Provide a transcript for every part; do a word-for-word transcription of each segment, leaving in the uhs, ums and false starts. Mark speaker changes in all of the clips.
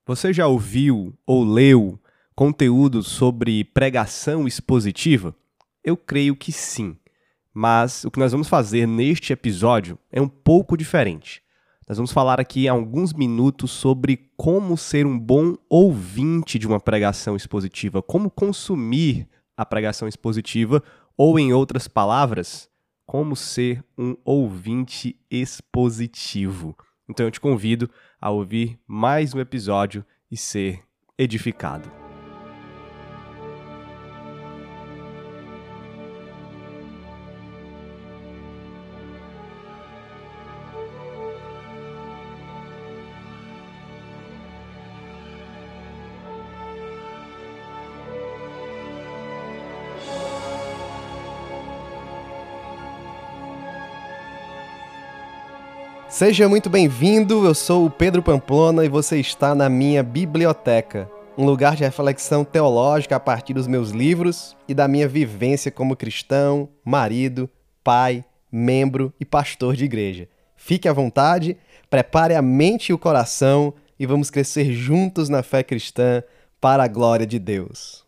Speaker 1: Você já ouviu ou leu conteúdo sobre pregação expositiva? Eu creio que sim, mas o que nós vamos fazer neste episódio é um pouco diferente. Nós vamos falar aqui há alguns minutos sobre como ser um bom ouvinte de uma pregação expositiva, como consumir a pregação expositiva, ou em outras palavras, como ser um ouvinte expositivo. Então eu te convido a ouvir mais um episódio e ser edificado.
Speaker 2: Seja muito bem-vindo, eu sou o Pedro Pamplona e você está na minha biblioteca, um lugar de reflexão teológica a partir dos meus livros e da minha vivência como cristão, marido, pai, membro e pastor de igreja. Fique à vontade, prepare a mente e o coração e vamos crescer juntos na fé cristã para a glória de Deus.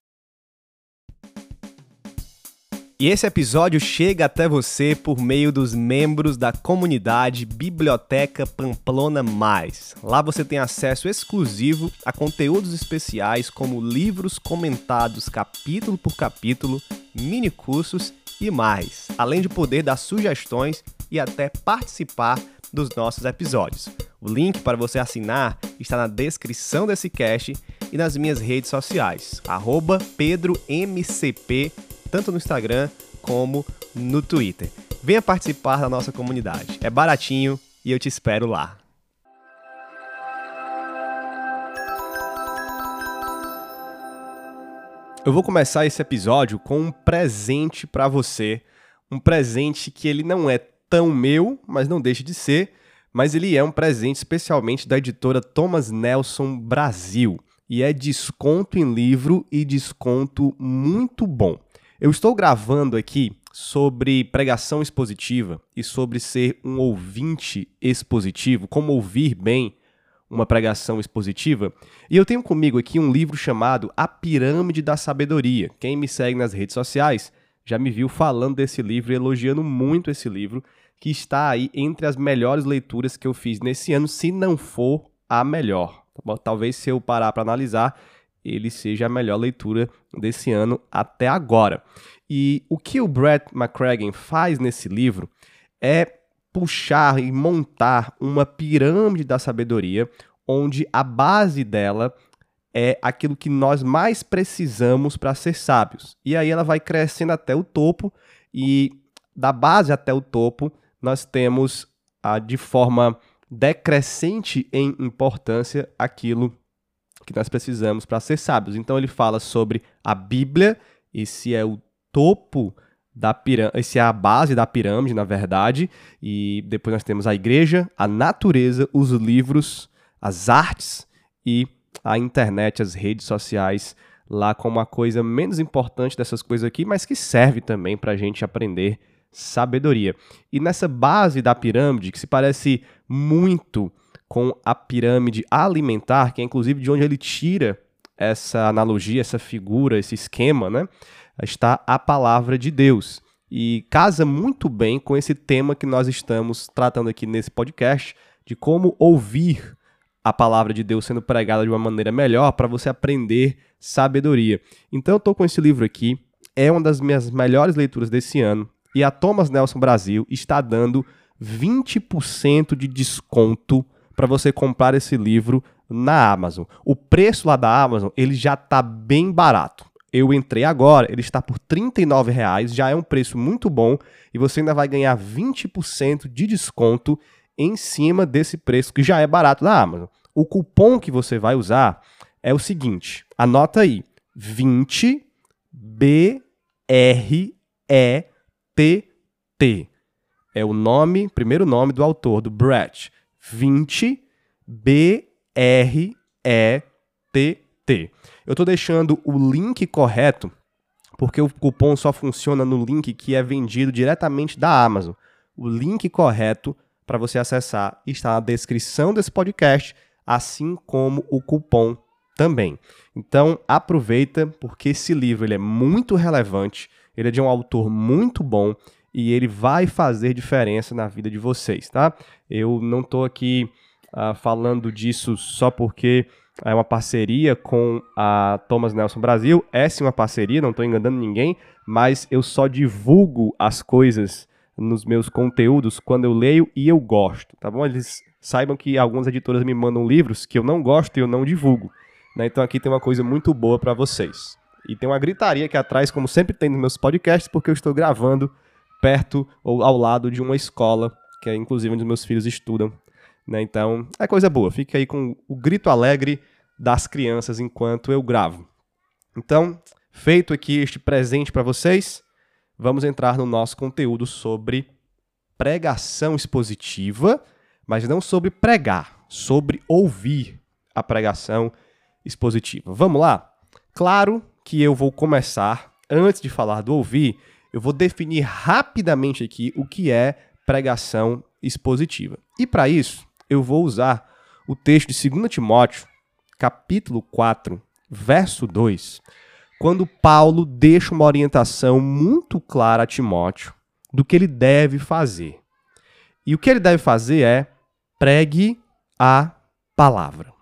Speaker 1: E esse episódio chega até você por meio dos membros da comunidade Biblioteca Pamplona Mais. Lá você tem acesso exclusivo a conteúdos especiais como livros comentados capítulo por capítulo, mini cursos e mais, além de poder dar sugestões e até participar dos nossos episódios. O link para você assinar está na descrição desse cast e nas minhas redes sociais, arroba PedroMCP, tanto no Instagram como no Twitter. Venha participar da nossa comunidade. É baratinho e eu te espero lá. Eu vou começar esse episódio com um presente para você. Um presente que ele não é tão meu, mas não deixa de ser. Mas ele é um presente especialmente da editora Thomas Nelson Brasil. E é desconto em livro e desconto muito bom. Eu estou gravando aqui sobre pregação expositiva e sobre ser um ouvinte expositivo, como ouvir bem uma pregação expositiva. E eu tenho comigo aqui um livro chamado A Pirâmide da Sabedoria. Quem me segue nas redes sociais já me viu falando desse livro e elogiando muito esse livro, que está aí entre as melhores leituras que eu fiz nesse ano, se não for a melhor. Talvez se eu parar para analisar, ele seja a melhor leitura desse ano até agora. E o que o Brett McCracken faz nesse livro é puxar e montar uma pirâmide da sabedoria, onde a base dela é aquilo que nós mais precisamos para ser sábios. E aí ela vai crescendo até o topo, e da base até o topo nós temos ah, de forma decrescente em importância aquilo que nós precisamos para ser sábios. Então ele fala sobre a Bíblia, esse é o topo da pirâmide, esse é a base da pirâmide, na verdade, e depois nós temos a igreja, a natureza, os livros, as artes e a internet, as redes sociais, lá como a coisa menos importante dessas coisas aqui, mas que serve também para a gente aprender sabedoria. E nessa base da pirâmide, que se parece muito com a pirâmide alimentar, que é inclusive de onde ele tira essa analogia, essa figura, esse esquema, né? Está a palavra de Deus. E casa muito bem com esse tema que nós estamos tratando aqui nesse podcast, de como ouvir a palavra de Deus sendo pregada de uma maneira melhor para você aprender sabedoria. Então eu estou com esse livro aqui, é uma das minhas melhores leituras desse ano, e a Thomas Nelson Brasil está dando vinte por cento de desconto para você comprar esse livro na Amazon. O preço lá da Amazon, ele já está bem barato. Eu entrei agora, ele está por trinta e nove reais, já é um preço muito bom, e você ainda vai ganhar vinte por cento de desconto em cima desse preço que já é barato da Amazon. O cupom que você vai usar é o seguinte, anota aí, vinte B R E T T. É o nome, primeiro nome do autor, do Brett. vinte B R E T T. Eu estou deixando o link correto, porque o cupom só funciona no link que é vendido diretamente da Amazon. O link correto para você acessar está na descrição desse podcast, assim como o cupom também. Então, aproveita, porque esse livro ele é muito relevante, ele é de um autor muito bom e ele vai fazer diferença na vida de vocês, tá? Eu não estou aqui uh, falando disso só porque é uma parceria com a Thomas Nelson Brasil. É sim uma parceria, não estou enganando ninguém, mas eu só divulgo as coisas nos meus conteúdos quando eu leio e eu gosto, tá bom? Eles saibam que algumas editoras me mandam livros que eu não gosto e eu não divulgo, né? Então aqui tem uma coisa muito boa para vocês. E tem uma gritaria aqui atrás, como sempre tem nos meus podcasts, porque eu estou gravando perto ou ao lado de uma escola, que é inclusive onde meus filhos estudam, né? Então é coisa boa, fique aí com o grito alegre das crianças enquanto eu gravo. Então, feito aqui este presente para vocês, vamos entrar no nosso conteúdo sobre pregação expositiva, mas não sobre pregar, sobre ouvir a pregação expositiva. Vamos lá? Claro que eu vou começar, antes de falar do ouvir, eu vou definir rapidamente aqui o que é pregação expositiva. E para isso, eu vou usar o texto de Segunda Timóteo, capítulo quatro, verso dois, quando Paulo deixa uma orientação muito clara a Timóteo do que ele deve fazer. E o que ele deve fazer é pregue a palavra.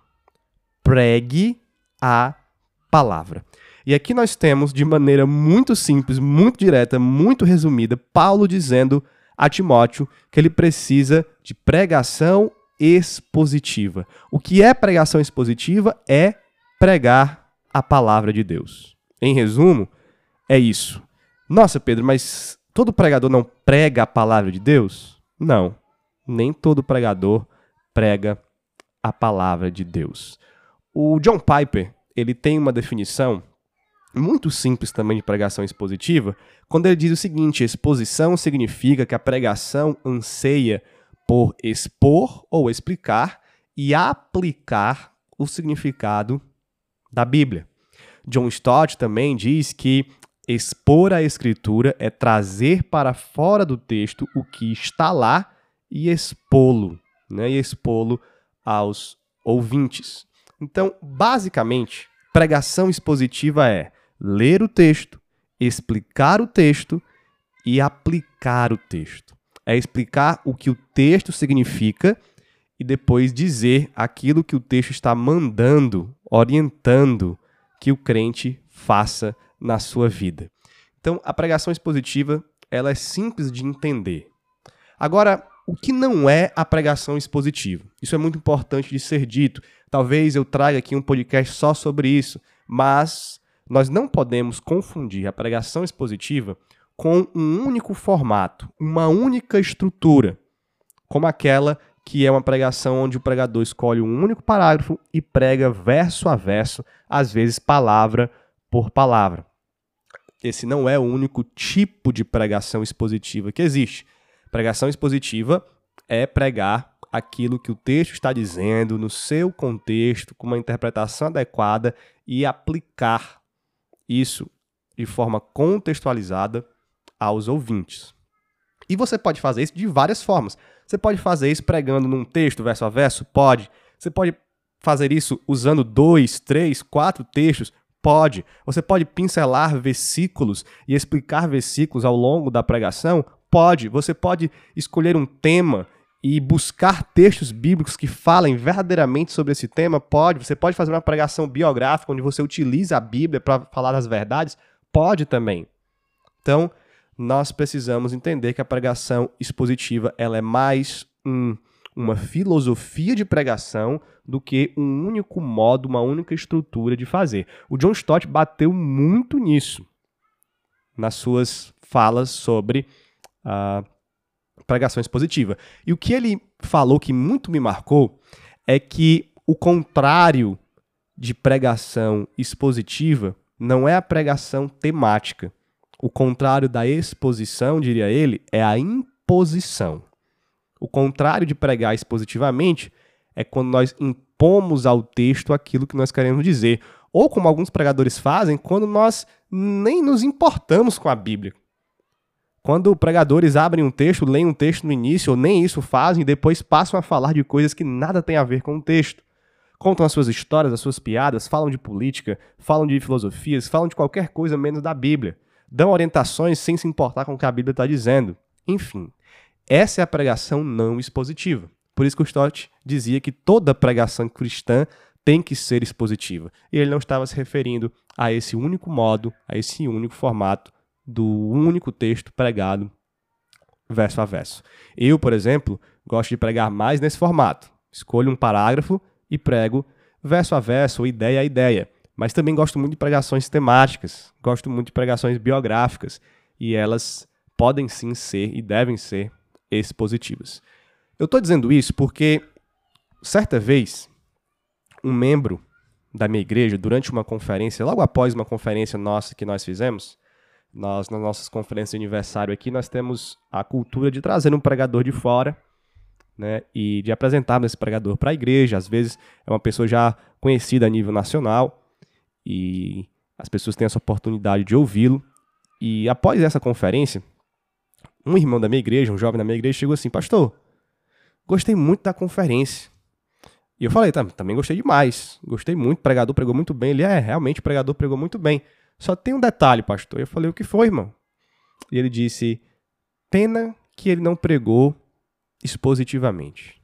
Speaker 1: Pregue a palavra. E aqui nós temos, de maneira muito simples, muito direta, muito resumida, Paulo dizendo a Timóteo que ele precisa de pregação expositiva. O que é pregação expositiva? É pregar a palavra de Deus. Em resumo, é isso. Nossa, Pedro, mas todo pregador não prega a palavra de Deus? Não, nem todo pregador prega a palavra de Deus. O John Piper, ele tem uma definição muito simples também de pregação expositiva, quando ele diz o seguinte: exposição significa que a pregação anseia por expor ou explicar e aplicar o significado da Bíblia. John Stott também diz que expor a Escritura é trazer para fora do texto o que está lá e expô-lo, né? E expô-lo aos ouvintes. Então, basicamente, pregação expositiva é ler o texto, explicar o texto e aplicar o texto. É explicar o que o texto significa e depois dizer aquilo que o texto está mandando, orientando que o crente faça na sua vida. Então, a pregação expositiva, ela é simples de entender. Agora, o que não é a pregação expositiva? Isso é muito importante de ser dito. Talvez eu traga aqui um podcast só sobre isso, mas nós não podemos confundir a pregação expositiva com um único formato, uma única estrutura, como aquela que é uma pregação onde o pregador escolhe um único parágrafo e prega verso a verso, às vezes palavra por palavra. Esse não é o único tipo de pregação expositiva que existe. Pregação expositiva é pregar aquilo que o texto está dizendo no seu contexto, com uma interpretação adequada e aplicar isso de forma contextualizada aos ouvintes. E você pode fazer isso de várias formas. Você pode fazer isso pregando num texto, verso a verso? Pode. Você pode fazer isso usando dois, três, quatro textos? Pode. Você pode pincelar versículos e explicar versículos ao longo da pregação? Pode. Você pode escolher um tema e buscar textos bíblicos que falem verdadeiramente sobre esse tema? Pode. Você pode fazer uma pregação biográfica onde você utiliza a Bíblia para falar das verdades? Pode também. Então, nós precisamos entender que a pregação expositiva ela é mais um, uma filosofia de pregação do que um único modo, uma única estrutura de fazer. O John Stott bateu muito nisso nas suas falas sobre a pregação expositiva. E o que ele falou que muito me marcou é que o contrário de pregação expositiva não é a pregação temática. O contrário da exposição, diria ele, é a imposição. O contrário de pregar expositivamente é quando nós impomos ao texto aquilo que nós queremos dizer. Ou como alguns pregadores fazem, quando nós nem nos importamos com a Bíblia. Quando pregadores abrem um texto, leem um texto no início, ou nem isso fazem, e depois passam a falar de coisas que nada tem a ver com o texto. contam as suas histórias, as suas piadas, falam de política, falam de filosofias, falam de qualquer coisa menos da Bíblia. Dão orientações sem se importar com o que a Bíblia está dizendo. Enfim, essa é a pregação não expositiva. Por isso que o Stott dizia que toda pregação cristã tem que ser expositiva. E ele não estava se referindo a esse único modo, a esse único formato do único texto pregado verso a verso. Eu, por exemplo, gosto de pregar mais nesse formato. Escolho um parágrafo e prego verso a verso, ou ideia a ideia. Mas também gosto muito de pregações temáticas, gosto muito de pregações biográficas, e elas podem sim ser e devem ser expositivas. Eu estou dizendo isso porque, certa vez, um membro da minha igreja, durante uma conferência, logo após uma conferência nossa que nós fizemos, nós, nas nossas conferências de aniversário aqui, nós temos a cultura de trazer um pregador de fora, né, e de apresentarmos esse pregador para a igreja. Às vezes é uma pessoa já conhecida a nível nacional e as pessoas têm essa oportunidade de ouvi-lo. E após essa conferência, um irmão da minha igreja, um jovem da minha igreja, chegou assim: pastor, gostei muito da conferência. E eu falei: tá, também gostei demais, gostei muito, o pregador pregou muito bem. Ele: é, realmente o pregador pregou muito bem. Só tem um detalhe, pastor. Eu falei: o que foi, irmão? E ele disse: pena que ele não pregou expositivamente.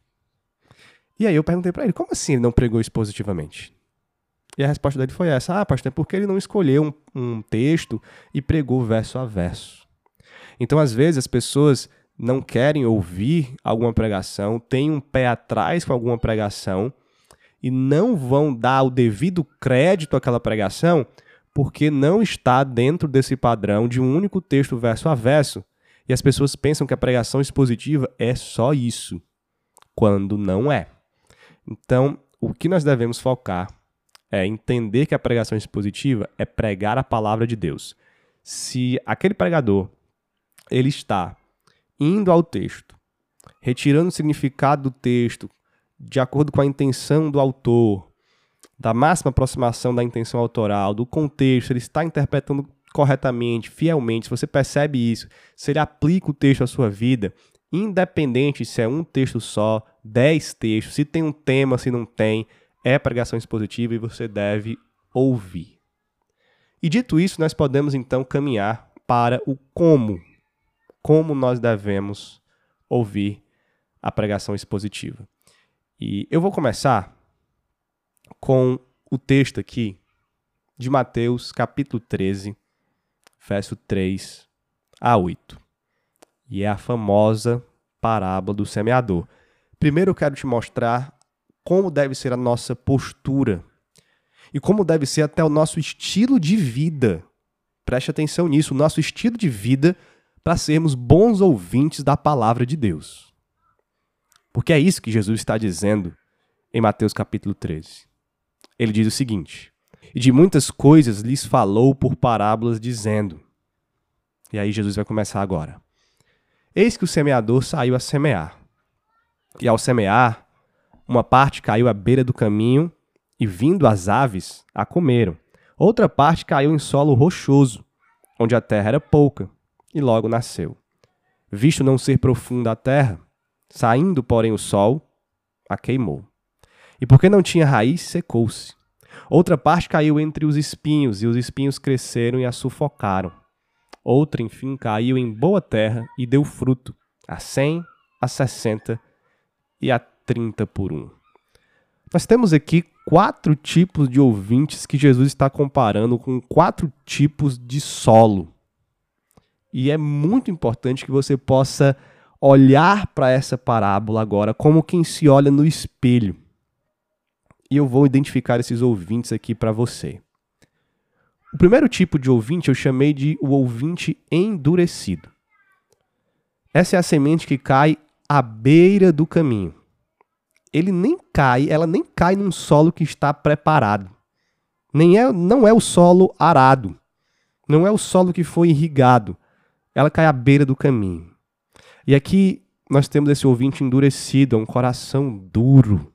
Speaker 1: E aí eu perguntei para ele: como assim ele não pregou expositivamente? E a resposta dele foi essa: ah, pastor, é porque ele não escolheu um, um texto e pregou verso a verso. Então, às vezes, as pessoas não querem ouvir alguma pregação, têm um pé atrás com alguma pregação e não vão dar o devido crédito àquela pregação porque não está dentro desse padrão de um único texto verso a verso. E as pessoas pensam que a pregação expositiva é só isso, quando não é. Então, o que nós devemos focar é entender que a pregação expositiva é pregar a palavra de Deus. Se aquele pregador ele está indo ao texto, retirando o significado do texto de acordo com a intenção do autor, da máxima aproximação da intenção autoral, do contexto, ele está interpretando corretamente, fielmente, se você percebe isso, se ele aplica o texto à sua vida, independente se é um texto só, dez textos, se tem um tema, se não tem, é pregação expositiva e você deve ouvir. E dito isso, nós podemos então caminhar para o como. Como nós devemos ouvir a pregação expositiva. E eu vou começar com o texto aqui de Mateus, capítulo treze, verso três a oito. E é a famosa parábola do semeador. Primeiro eu quero te mostrar como deve ser a nossa postura e como deve ser até o nosso estilo de vida. Preste atenção nisso, o nosso estilo de vida para sermos bons ouvintes da palavra de Deus. Porque é isso que Jesus está dizendo em Mateus capítulo treze. Ele diz o seguinte: e de muitas coisas lhes falou por parábolas, dizendo. E aí Jesus vai começar agora. Eis que o semeador saiu a semear. E ao semear, uma parte caiu à beira do caminho, e vindo as aves, a comeram. Outra parte caiu em solo rochoso, onde a terra era pouca, e logo nasceu. Visto não ser profunda a terra, saindo, porém, o sol, a queimou. E porque não tinha raiz, secou-se. Outra parte caiu entre os espinhos, e os espinhos cresceram e a sufocaram. Outra, enfim, caiu em boa terra e deu fruto, a cem, a sessenta e a trinta por um. Nós temos aqui quatro tipos de ouvintes que Jesus está comparando com quatro tipos de solo. E é muito importante que você possa olhar para essa parábola agora como quem se olha no espelho. E eu vou identificar esses ouvintes aqui para você. O primeiro tipo de ouvinte eu chamei de o ouvinte endurecido. Essa é a semente que cai à beira do caminho. Ele nem cai, ela nem cai num solo que está preparado. Nem é, não é o solo arado. Não é o solo que foi irrigado. Ela cai à beira do caminho. E aqui nós temos esse ouvinte endurecido, é um coração duro.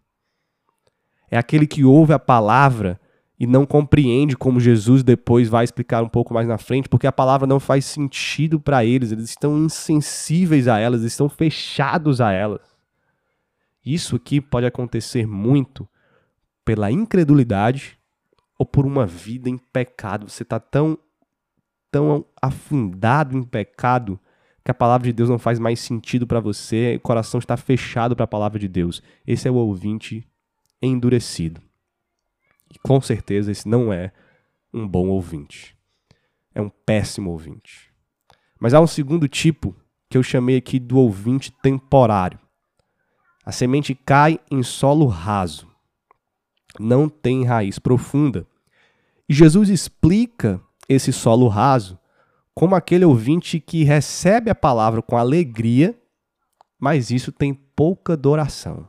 Speaker 1: É aquele que ouve a palavra e não compreende, como Jesus depois vai explicar um pouco mais na frente, porque a palavra não faz sentido para eles, eles estão insensíveis a elas, eles estão fechados a elas. Isso aqui pode acontecer muito pela incredulidade ou por uma vida em pecado. Você está tão, tão afundado em pecado que a palavra de Deus não faz mais sentido para você, o coração está fechado para a palavra de Deus. Esse é o ouvinte endurecido. E com certeza esse não é um bom ouvinte. É um péssimo ouvinte. Mas há um segundo tipo que eu chamei aqui do ouvinte temporário. A semente cai em solo raso. Não tem raiz profunda. E Jesus explica esse solo raso como aquele ouvinte que recebe a palavra com alegria, mas isso tem pouca duração.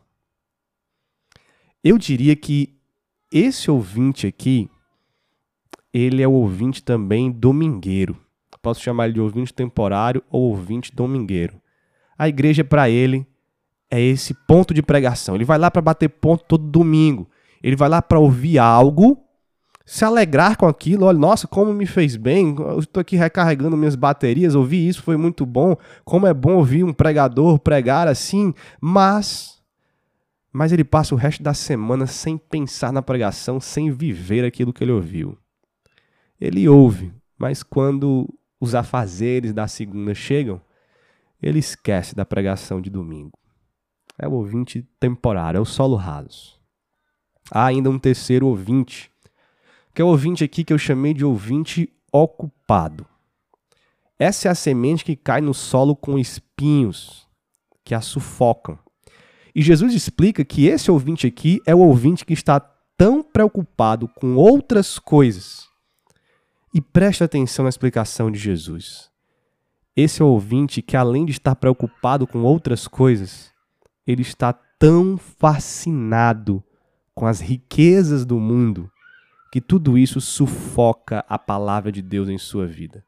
Speaker 1: Eu diria que esse ouvinte aqui, ele é o ouvinte também domingueiro. Posso chamar ele de ouvinte temporário ou ouvinte domingueiro. A igreja, para ele, é esse ponto de pregação. Ele vai lá para bater ponto todo domingo. Ele vai lá para ouvir algo, se alegrar com aquilo. Olha, nossa, como me fez bem. Eu estou aqui recarregando minhas baterias. Ouvi isso, foi muito bom. Como é bom ouvir um pregador pregar assim. Mas, mas ele passa o resto da semana sem pensar na pregação, sem viver aquilo que ele ouviu. Ele ouve, mas quando os afazeres da segunda chegam, ele esquece da pregação de domingo. É o ouvinte temporário, é o solo raso. Há ainda um terceiro ouvinte, que é o ouvinte aqui que eu chamei de ouvinte ocupado. Essa é a semente que cai no solo com espinhos, que a sufocam. E Jesus explica que esse ouvinte aqui é o ouvinte que está tão preocupado com outras coisas. E preste atenção na explicação de Jesus. Esse é o ouvinte que, além de estar preocupado com outras coisas, ele está tão fascinado com as riquezas do mundo que tudo isso sufoca a palavra de Deus em sua vida.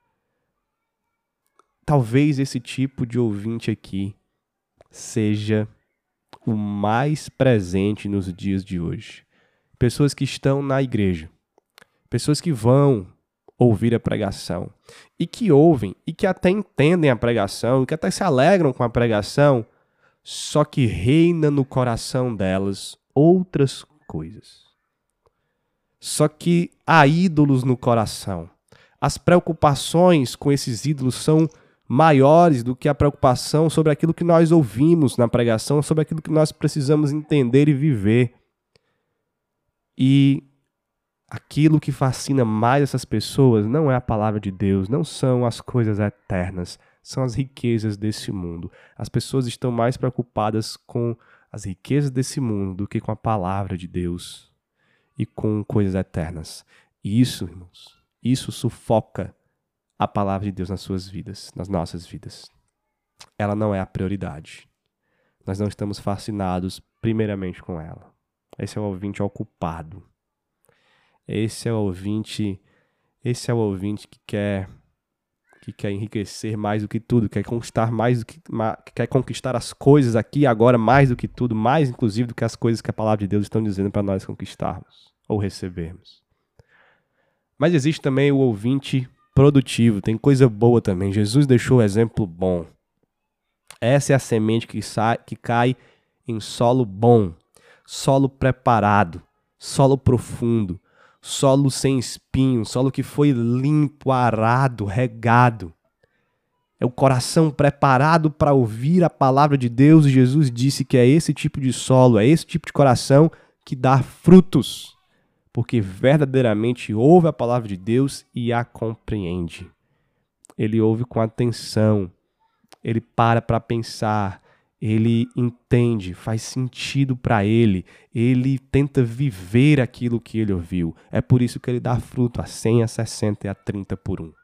Speaker 1: Talvez esse tipo de ouvinte aqui seja o mais presente nos dias de hoje. Pessoas que estão na igreja, pessoas que vão ouvir a pregação e que ouvem e que até entendem a pregação, que até se alegram com a pregação, só que reina no coração delas outras coisas. Só que há ídolos no coração. As preocupações com esses ídolos são maiores do que a preocupação sobre aquilo que nós ouvimos na pregação, sobre aquilo que nós precisamos entender e viver. E aquilo que fascina mais essas pessoas não é a palavra de Deus, não são as coisas eternas, são as riquezas desse mundo. As pessoas estão mais preocupadas com as riquezas desse mundo do que com a palavra de Deus e com coisas eternas. E isso, irmãos, isso sufoca a palavra de Deus nas suas vidas, nas nossas vidas. Ela não é a prioridade. Nós não estamos fascinados primeiramente com ela. Esse é o ouvinte ocupado. Esse é o ouvinte, esse é o ouvinte que quer, que quer enriquecer mais do que tudo, quer conquistar mais do que, quer conquistar as coisas aqui e agora mais do que tudo, mais inclusive do que as coisas que a palavra de Deus estão dizendo para nós conquistarmos ou recebermos. Mas existe também o ouvinte produtivo, tem coisa boa também. Jesus deixou um exemplo bom. Essa é a semente que, sai, que cai em solo bom, solo preparado, solo profundo, solo sem espinho, solo que foi limpo, arado, regado. É o coração preparado para ouvir a palavra de Deus, e Jesus disse que é esse tipo de solo, é esse tipo de coração que dá frutos, porque verdadeiramente ouve a palavra de Deus e a compreende. Ele ouve com atenção, ele para para pensar, ele entende, faz sentido para ele, ele tenta viver aquilo que ele ouviu. É por isso que ele dá fruto a cem, a sessenta e a trinta por um.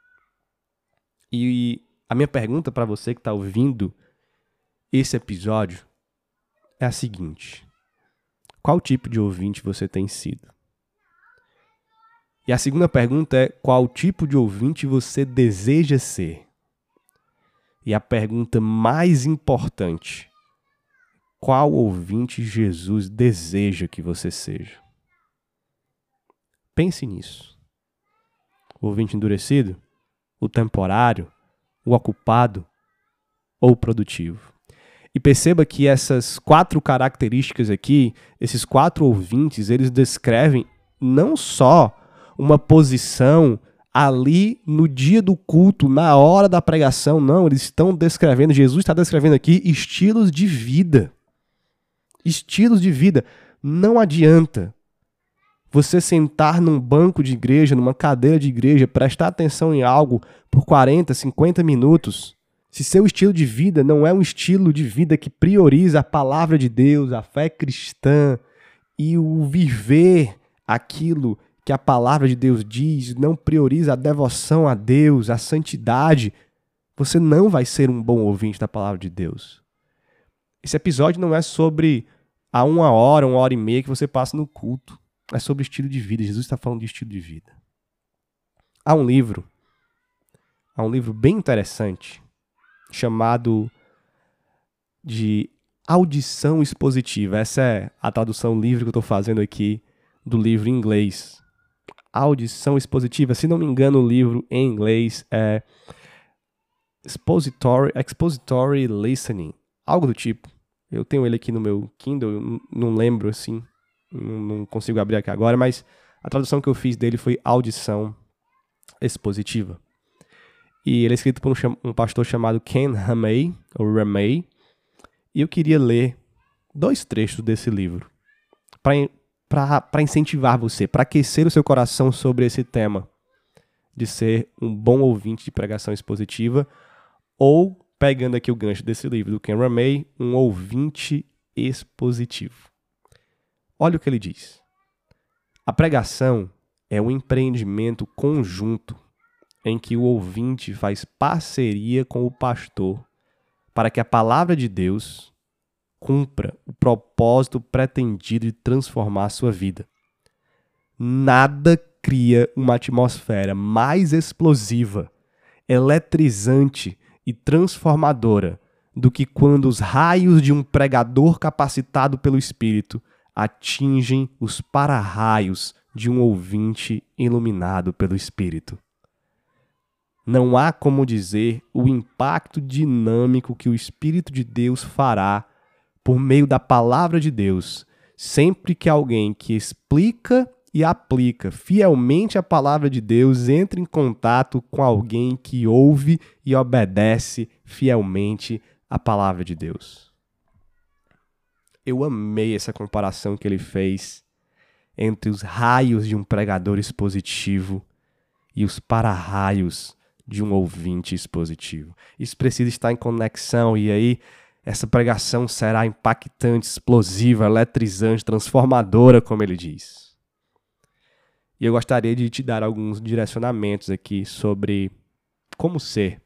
Speaker 1: E a minha pergunta para você que está ouvindo esse episódio é a seguinte: qual tipo de ouvinte você tem sido? E a segunda pergunta é: qual tipo de ouvinte você deseja ser? E a pergunta mais importante: qual ouvinte Jesus deseja que você seja? Pense nisso. O ouvinte endurecido? O temporário? O ocupado? Ou o produtivo? E perceba que essas quatro características aqui, esses quatro ouvintes, eles descrevem não só uma posição ali no dia do culto, na hora da pregação, não, eles estão descrevendo, Jesus está descrevendo aqui estilos de vida. Estilos de vida. Não adianta você sentar num banco de igreja, numa cadeira de igreja, prestar atenção em algo por quarenta, cinquenta minutos, se seu estilo de vida não é um estilo de vida que prioriza a palavra de Deus, a fé cristã e o viver aquilo que a palavra de Deus diz, não prioriza a devoção a Deus, a santidade, você não vai ser um bom ouvinte da palavra de Deus. Esse episódio não é sobre a uma hora, uma hora e meia que você passa no culto. É sobre estilo de vida. Jesus está falando de estilo de vida. Há um livro, há um livro bem interessante, chamado de Audição Expositiva. Essa é a tradução livre que eu estou fazendo aqui do livro em inglês. Audição Expositiva. Se não me engano, o livro em inglês é Expository, Expository Listening. Algo do tipo. Eu tenho ele aqui no meu Kindle, eu não lembro assim, não consigo abrir aqui agora, mas a tradução que eu fiz dele foi Audição Expositiva. E ele é escrito por um, um pastor chamado Ken Ramey, ou Ramey, e eu queria ler dois trechos desse livro para incentivar você, para aquecer o seu coração sobre esse tema de ser um bom ouvinte de pregação expositiva, ou, pegando aqui o gancho desse livro do Ken Ramey, um ouvinte expositivo. Olha o que ele diz. A pregação é um empreendimento conjunto em que o ouvinte faz parceria com o pastor para que a palavra de Deus cumpra o propósito pretendido de transformar a sua vida. Nada cria uma atmosfera mais explosiva, eletrizante e transformadora do que quando os raios de um pregador capacitado pelo Espírito atingem os para-raios de um ouvinte iluminado pelo Espírito. Não há como dizer o impacto dinâmico que o Espírito de Deus fará por meio da palavra de Deus, sempre que alguém que explica e aplica fielmente a palavra de Deus entra em contato com alguém que ouve e obedece fielmente a palavra de Deus. Eu amei essa comparação que ele fez entre os raios de um pregador expositivo e os para-raios de um ouvinte expositivo. Isso precisa estar em conexão, e aí essa pregação será impactante, explosiva, eletrizante, transformadora, como ele diz. E eu gostaria de te dar alguns direcionamentos aqui sobre como ser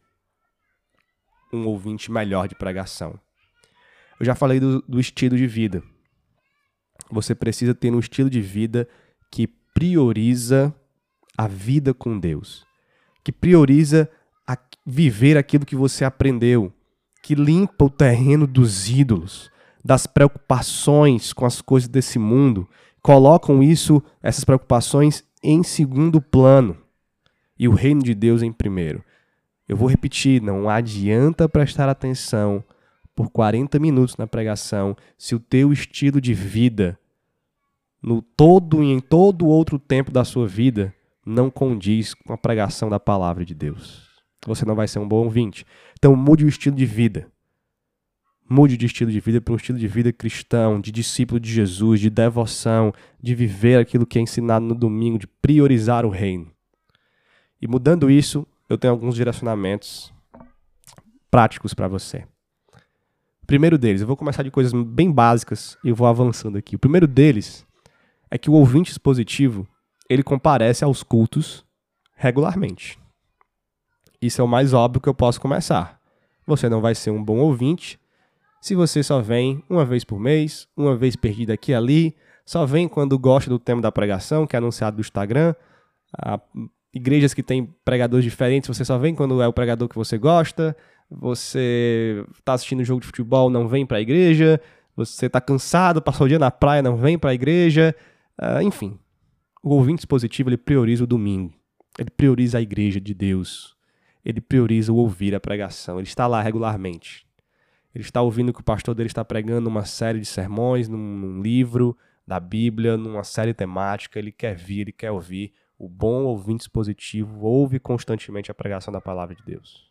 Speaker 1: um ouvinte melhor de pregação. Eu já falei do, do estilo de vida. Você precisa ter um estilo de vida que prioriza a vida com Deus, que prioriza a viver aquilo que você aprendeu, que limpa o terreno dos ídolos, das preocupações com as coisas desse mundo, colocam isso, essas preocupações, em segundo plano e o reino de Deus em primeiro. Eu vou repetir, não adianta prestar atenção por quarenta minutos na pregação se o teu estilo de vida, no todo e em todo outro tempo da sua vida, não condiz com a pregação da palavra de Deus. Você não vai ser um bom ouvinte. Então mude o estilo de vida. Mude de estilo de vida para um estilo de vida cristão, de discípulo de Jesus, de devoção, de viver aquilo que é ensinado no domingo, de priorizar o reino. E mudando isso, eu tenho alguns direcionamentos práticos para você. O primeiro deles, eu vou começar de coisas bem básicas e eu vou avançando aqui. O primeiro deles é que o ouvinte expositivo, ele comparece aos cultos regularmente. Isso é o mais óbvio que eu posso começar. Você não vai ser um bom ouvinte se você só vem uma vez por mês, uma vez perdido aqui e ali, só vem quando gosta do tema da pregação, que é anunciado no Instagram. Ah, igrejas que têm pregadores diferentes, você só vem quando é o pregador que você gosta. Você está assistindo um jogo de futebol, não vem para a igreja. Você está cansado, passou o dia na praia, não vem para a igreja. Ah, enfim, o ouvinte expositivo, ele prioriza o domingo. Ele prioriza a igreja de Deus. Ele prioriza o ouvir a pregação. Ele está lá regularmente. Ele está ouvindo que o pastor dele está pregando uma série de sermões, num, num livro da Bíblia, numa série temática. Ele quer vir, ele quer ouvir. O bom ouvinte expositivo ouve constantemente a pregação da palavra de Deus.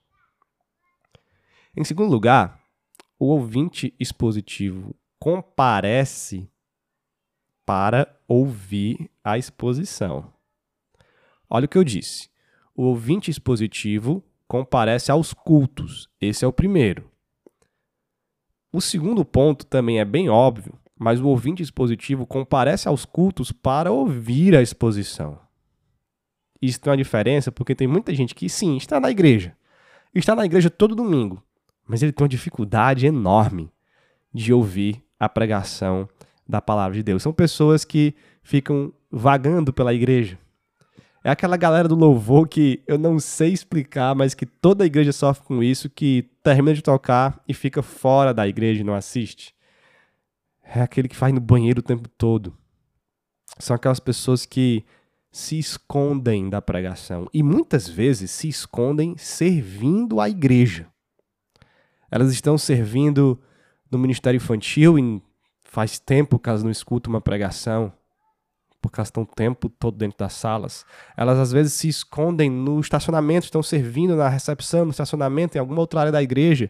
Speaker 1: Em segundo lugar, o ouvinte expositivo comparece para ouvir a exposição. Olha o que eu disse. O ouvinte expositivo comparece aos cultos. Esse é o primeiro. O segundo ponto também é bem óbvio, mas o ouvinte expositivo comparece aos cultos para ouvir a exposição. Isso tem uma diferença porque tem muita gente que, sim, está na igreja. Está na igreja todo domingo, mas ele tem uma dificuldade enorme de ouvir a pregação da palavra de Deus. São pessoas que ficam vagando pela igreja. É aquela galera do louvor que eu não sei explicar, mas que toda a igreja sofre com isso, que termina de tocar e fica fora da igreja e não assiste. É aquele que faz no banheiro o tempo todo. São aquelas pessoas que se escondem da pregação e muitas vezes se escondem servindo a igreja. Elas estão servindo no ministério infantil e faz tempo que elas não escutam uma pregação, porque elas estão o tempo todo dentro das salas. Elas às vezes se escondem no estacionamento, estão servindo na recepção, no estacionamento, em alguma outra área da igreja.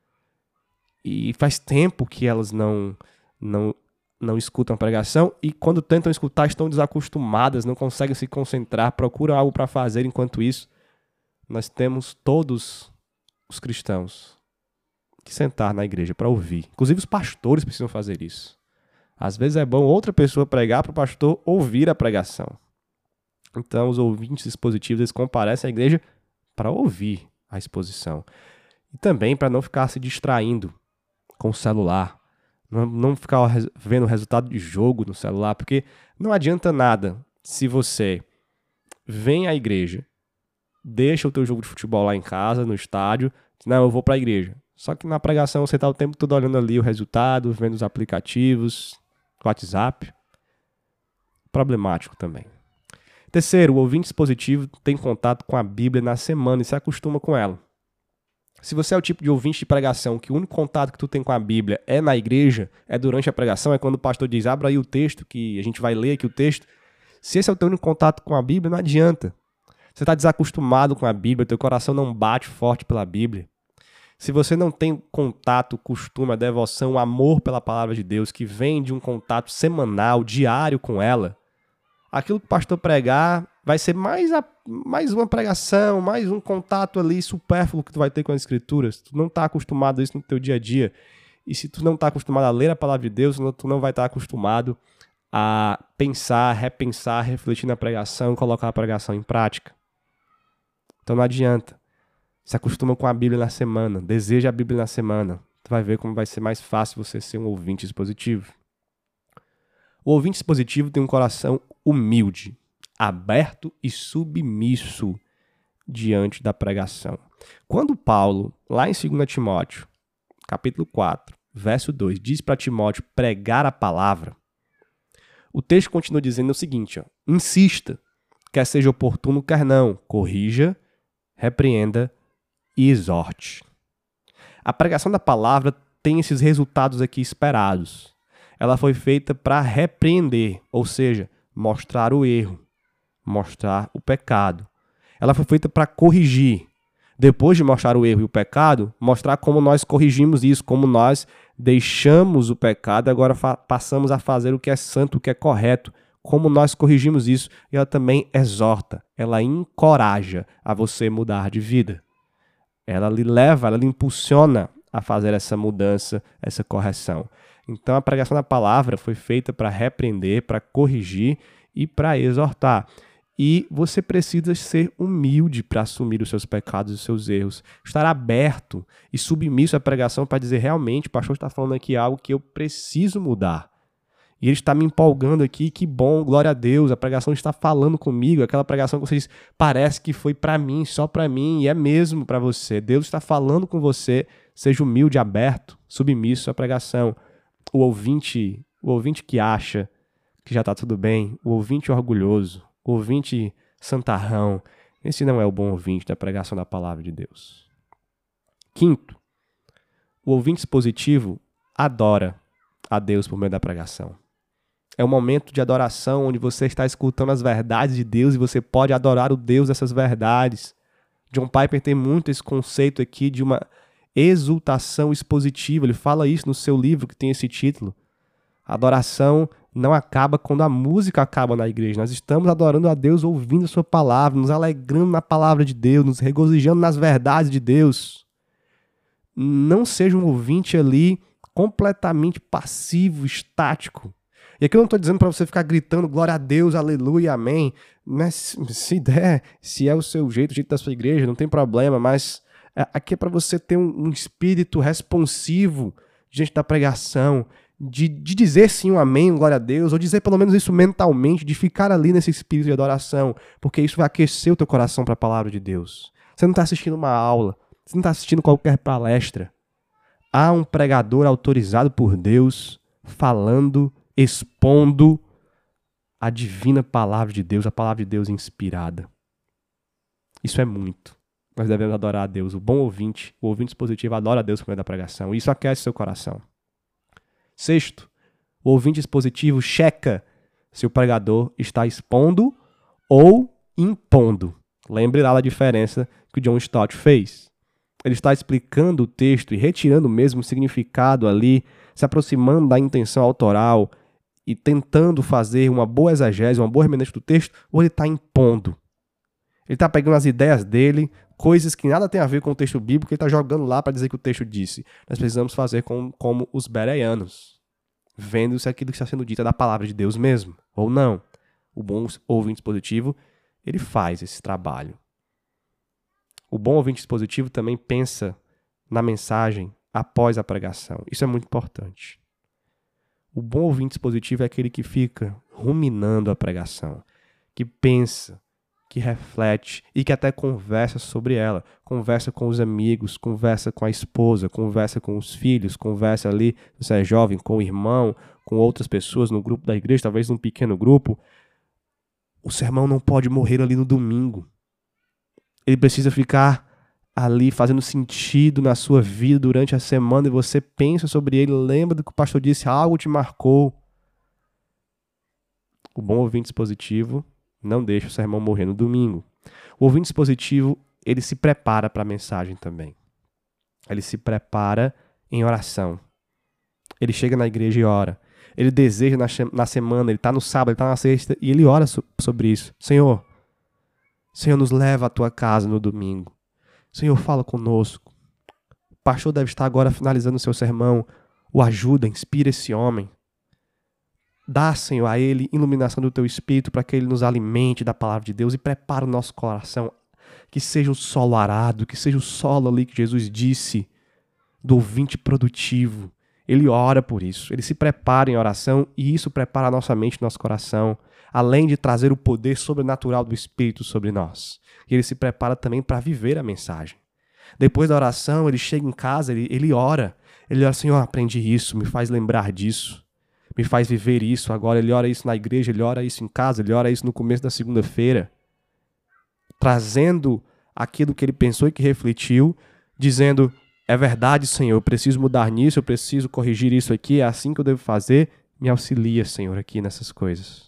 Speaker 1: E faz tempo que elas não, não, não escutam a pregação e quando tentam escutar estão desacostumadas, não conseguem se concentrar, procuram algo para fazer. Enquanto isso, nós temos todos os cristãos que sentar na igreja para ouvir. Inclusive os pastores precisam fazer isso. Às vezes é bom outra pessoa pregar para o pastor ouvir a pregação. Então os ouvintes expositivos eles comparecem à igreja para ouvir a exposição. E também para não ficar se distraindo com o celular. Não, não ficar vendo o resultado de jogo no celular, porque não adianta nada se você vem à igreja, deixa o teu jogo de futebol lá em casa, no estádio, não, eu vou para a igreja. Só que na pregação você está o tempo todo olhando ali o resultado, vendo os aplicativos, WhatsApp. Problemático também. Terceiro, o ouvinte expositivo tem contato com a Bíblia na semana e se acostuma com ela. Se você é o tipo de ouvinte de pregação que o único contato que tu tem com a Bíblia é na igreja, é durante a pregação, é quando o pastor diz, abra aí o texto, que a gente vai ler aqui o texto. Se esse é o teu único contato com a Bíblia, não adianta. Você está desacostumado com a Bíblia, teu coração não bate forte pela Bíblia. Se você não tem contato, costume, a devoção, o amor pela palavra de Deus, que vem de um contato semanal, diário com ela, aquilo que o pastor pregar vai ser mais, a, mais uma pregação, mais um contato ali supérfluo que tu vai ter com as escrituras. Tu não está acostumado a isso no teu dia a dia. E se tu não está acostumado a ler a palavra de Deus, tu não vai estar acostumado a pensar, repensar, refletir na pregação e colocar a pregação em prática. Então não adianta. Se acostuma com a Bíblia na semana, deseja a Bíblia na semana. Tu vai ver como vai ser mais fácil você ser um ouvinte expositivo. O ouvinte expositivo tem um coração humilde, aberto e submisso diante da pregação. Quando Paulo, lá em dois Timóteo, capítulo quatro, verso dois, diz para Timóteo pregar a palavra, o texto continua dizendo o seguinte, ó, insista, quer seja oportuno, quer não, corrija, repreenda e exorte. A pregação da palavra tem esses resultados aqui esperados. Ela foi feita para repreender, ou seja, mostrar o erro, mostrar o pecado. Ela foi feita para corrigir. Depois de mostrar o erro e o pecado, mostrar como nós corrigimos isso, como nós deixamos o pecado e agora passamos a fazer o que é santo, o que é correto, como nós corrigimos isso. E ela também exorta, ela encoraja a você mudar de vida. Ela lhe leva, ela lhe impulsiona a fazer essa mudança, essa correção. Então a pregação da palavra foi feita para repreender, para corrigir e para exortar. E você precisa ser humilde para assumir os seus pecados e os seus erros. Estar aberto e submisso à pregação para dizer realmente, o pastor está falando aqui algo que eu preciso mudar. E ele está me empolgando aqui, que bom, glória a Deus, a pregação está falando comigo, aquela pregação que você diz, parece que foi para mim, só para mim, e é mesmo para você. Deus está falando com você, seja humilde, aberto, submisso à pregação. O ouvinte, o ouvinte que acha que já está tudo bem, o ouvinte orgulhoso, o ouvinte santarrão, esse não é o bom ouvinte da pregação da palavra de Deus. Quinto, O ouvinte expositivo adora a Deus por meio da pregação. É um momento de adoração onde você está escutando as verdades de Deus e você pode adorar o Deus dessas verdades. John Piper tem muito esse conceito aqui de uma exultação expositiva. Ele fala isso no seu livro que tem esse título. A adoração não acaba quando a música acaba na igreja. Nós estamos adorando a Deus ouvindo a sua palavra, nos alegrando na palavra de Deus, nos regozijando nas verdades de Deus. Não seja um ouvinte ali completamente passivo, estático. E aqui eu não estou dizendo para você ficar gritando glória a Deus, aleluia, amém. Mas se der, se é o seu jeito, o jeito da sua igreja, não tem problema. Mas aqui é para você ter um, um espírito responsivo diante da pregação, de, de dizer sim um amém, um glória a Deus, ou dizer pelo menos isso mentalmente, de ficar ali nesse espírito de adoração, porque isso vai aquecer o teu coração para a palavra de Deus. Você não está assistindo uma aula, você não está assistindo qualquer palestra. Há um pregador autorizado por Deus falando, expondo a divina palavra de Deus, a palavra de Deus inspirada. Isso é muito. Nós devemos adorar a Deus. O bom ouvinte, o ouvinte expositivo, adora a Deus por meio da pregação. Isso aquece seu coração. Sexto, o ouvinte expositivo checa se o pregador está expondo ou impondo. Lembre lá da diferença que o John Stott fez. Ele está explicando o texto e retirando o mesmo significado ali, se aproximando da intenção autoral e tentando fazer uma boa exegese, uma boa hermenêutica do texto, ou ele está impondo. Ele está pegando as ideias dele, coisas que nada tem a ver com o texto bíblico, ele está jogando lá para dizer que o texto disse. Nós precisamos fazer com, como os bereanos, vendo se aquilo que está sendo dito é da palavra de Deus mesmo, ou não. O bom ouvinte expositivo, ele faz esse trabalho. O bom ouvinte expositivo também pensa na mensagem após a pregação. Isso é muito importante. O bom ouvinte expositivo é aquele que fica ruminando a pregação, que pensa, que reflete e que até conversa sobre ela. Conversa com os amigos, conversa com a esposa, conversa com os filhos, conversa ali, se você é jovem, com o irmão, com outras pessoas no grupo da igreja, talvez num pequeno grupo. O sermão não pode morrer ali no domingo. Ele precisa ficar ali fazendo sentido na sua vida durante a semana e você pensa sobre ele, lembra do que o pastor disse, algo te marcou. O bom ouvinte expositivo não deixa o sermão morrer no domingo. O ouvinte expositivo, ele se prepara para a mensagem também. Ele se prepara em oração. Ele chega na igreja e ora. Ele deseja na, na semana, ele está no sábado, ele está na sexta e ele ora so, sobre isso. Senhor, Senhor, nos leva à tua casa no domingo. Senhor, fala conosco. O pastor deve estar agora finalizando o seu sermão. O ajuda, inspira esse homem. Dá, Senhor, a ele iluminação do teu espírito para que ele nos alimente da palavra de Deus e prepara o nosso coração. Que seja o solo arado, que seja o solo ali que Jesus disse, do ouvinte produtivo. Ele ora por isso, ele se prepara em oração e isso prepara a nossa mente e nosso coração, além de trazer o poder sobrenatural do Espírito sobre nós. E ele se prepara também para viver a mensagem. Depois da oração, ele chega em casa, ele, ele ora. Ele ora, Senhor, aprendi isso, me faz lembrar disso. Me faz viver isso agora. Ele ora isso na igreja, ele ora isso em casa, ele ora isso no começo da segunda-feira. Trazendo aquilo que ele pensou e que refletiu, dizendo, é verdade, Senhor, eu preciso mudar nisso, eu preciso corrigir isso aqui, é assim que eu devo fazer. Me auxilia, Senhor, aqui nessas coisas.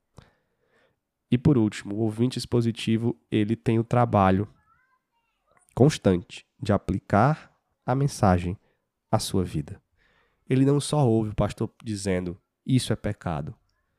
Speaker 1: E por último, o ouvinte expositivo, ele tem o trabalho constante de aplicar a mensagem à sua vida. Ele não só ouve o pastor dizendo, isso é pecado.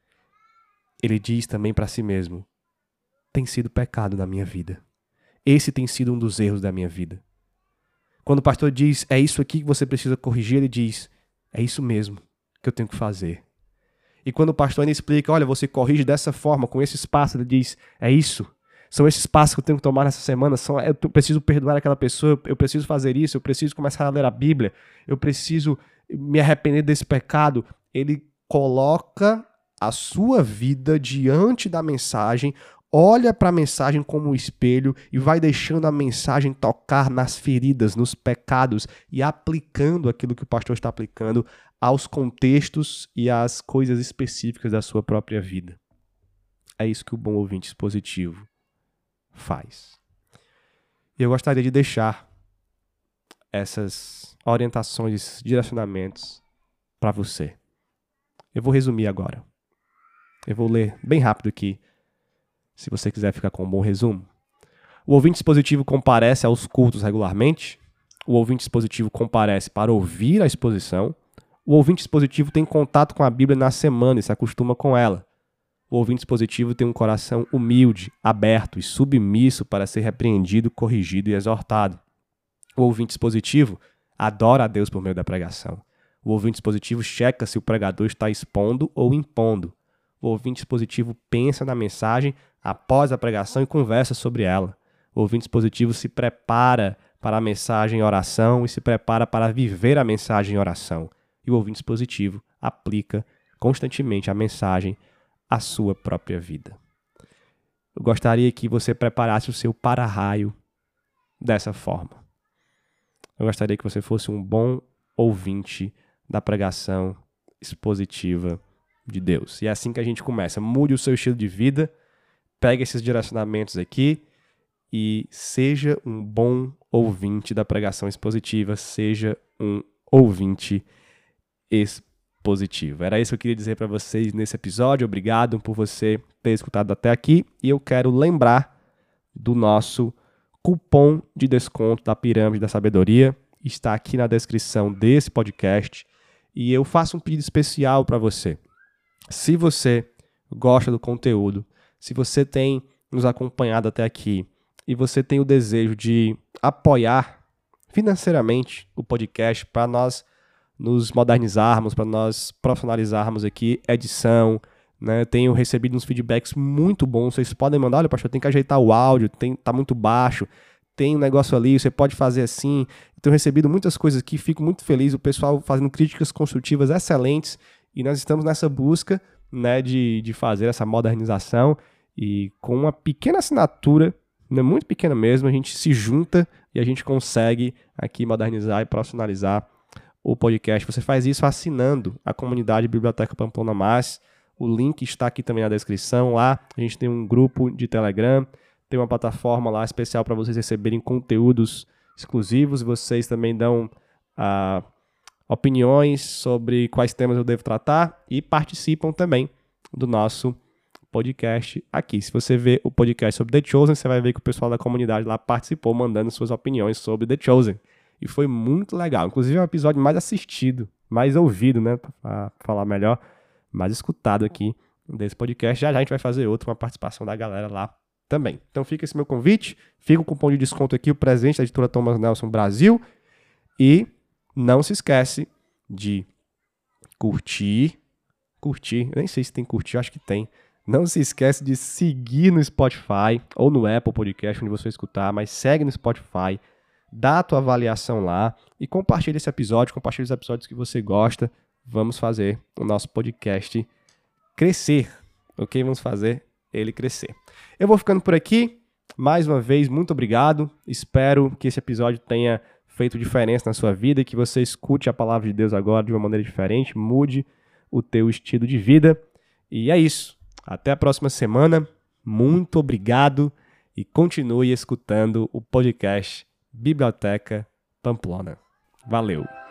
Speaker 1: Ele diz também para si mesmo, tem sido pecado na minha vida. Esse tem sido um dos erros da minha vida. Quando o pastor diz, é isso aqui que você precisa corrigir, ele diz, é isso mesmo que eu tenho que fazer. E quando o pastor ainda explica, olha, você corrige dessa forma, com esses passos, ele diz, é isso. São esses passos que eu tenho que tomar nessa semana, são, eu preciso perdoar aquela pessoa, eu preciso fazer isso, eu preciso começar a ler a Bíblia, eu preciso me arrepender desse pecado. Ele coloca a sua vida diante da mensagem, olha para a mensagem como um espelho e vai deixando a mensagem tocar nas feridas, nos pecados e aplicando aquilo que o pastor está aplicando aos contextos e às coisas específicas da sua própria vida. É isso que o bom ouvinte expositivo faz. E eu gostaria de deixar essas orientações, esses direcionamentos para você. Eu vou resumir agora. Eu vou ler bem rápido aqui, se você quiser ficar com um bom resumo. O ouvinte expositivo comparece aos cultos regularmente. O ouvinte expositivo comparece para ouvir a exposição. O ouvinte expositivo tem contato com a Bíblia na semana e se acostuma com ela. O ouvinte expositivo tem um coração humilde, aberto e submisso para ser repreendido, corrigido e exortado. O ouvinte expositivo adora a Deus por meio da pregação. O ouvinte expositivo checa se o pregador está expondo ou impondo. O ouvinte expositivo pensa na mensagem após a pregação e conversa sobre ela. O ouvinte expositivo se prepara para a mensagem em oração e se prepara para viver a mensagem em oração. E o ouvinte expositivo aplica constantemente a mensagem à sua própria vida. Eu gostaria que você preparasse o seu para-raio dessa forma. Eu gostaria que você fosse um bom ouvinte da pregação expositiva de Deus. E é assim que a gente começa. Mude o seu estilo de vida, pegue esses direcionamentos aqui e seja um bom ouvinte da pregação expositiva, seja um ouvinte expositivo. Era isso que eu queria dizer para vocês nesse episódio. Obrigado por você ter escutado até aqui. E eu quero lembrar do nosso cupom de desconto da Pirâmide da Sabedoria. Está aqui na descrição desse podcast. E eu faço um pedido especial para você. Se você gosta do conteúdo, se você tem nos acompanhado até aqui e você tem o desejo de apoiar financeiramente o podcast para nós nos modernizarmos, para nós profissionalizarmos aqui edição, né? Tenho recebido uns feedbacks muito bons. Vocês podem mandar, olha, pastor, tem que ajeitar o áudio, tem, tá muito baixo, tem um negócio ali, você pode fazer assim. Tenho recebido muitas coisas aqui, fico muito feliz, o pessoal fazendo críticas construtivas excelentes. E nós estamos nessa busca, né, de, de fazer essa modernização e com uma pequena assinatura, né, muito pequena mesmo, a gente se junta e a gente consegue aqui modernizar e profissionalizar o podcast. Você faz isso assinando a comunidade Biblioteca Pamplona Mais. O link está aqui também na descrição. Lá a gente tem um grupo de Telegram, tem uma plataforma lá especial para vocês receberem conteúdos exclusivos. Vocês também dão a... Uh, opiniões sobre quais temas eu devo tratar e participam também do nosso podcast aqui. Se você ver o podcast sobre The Chosen, você vai ver que o pessoal da comunidade lá participou, mandando suas opiniões sobre The Chosen. E foi muito legal. Inclusive é um episódio mais assistido, mais ouvido, né? Para falar melhor, mais escutado aqui desse podcast. Já já a gente vai fazer outro com a participação da galera lá também. Então fica esse meu convite. Fica o cupom de desconto aqui, o presente da editora Thomas Nelson Brasil. E não se esquece de curtir, curtir, eu nem sei se tem curtir, acho que tem. Não se esquece de seguir no Spotify ou no Apple Podcast, onde você escutar, mas segue no Spotify, dá a tua avaliação lá e compartilha esse episódio, compartilha os episódios que você gosta. Vamos fazer o nosso podcast crescer, ok? Vamos fazer ele crescer. Eu vou ficando por aqui. Mais uma vez, muito obrigado. Espero que esse episódio tenha feito diferença na sua vida e que você escute a palavra de Deus agora de uma maneira diferente, mude o teu estilo de vida. E é isso. Até a próxima semana. Muito obrigado e continue escutando o podcast Biblioteca Pamplona. Valeu!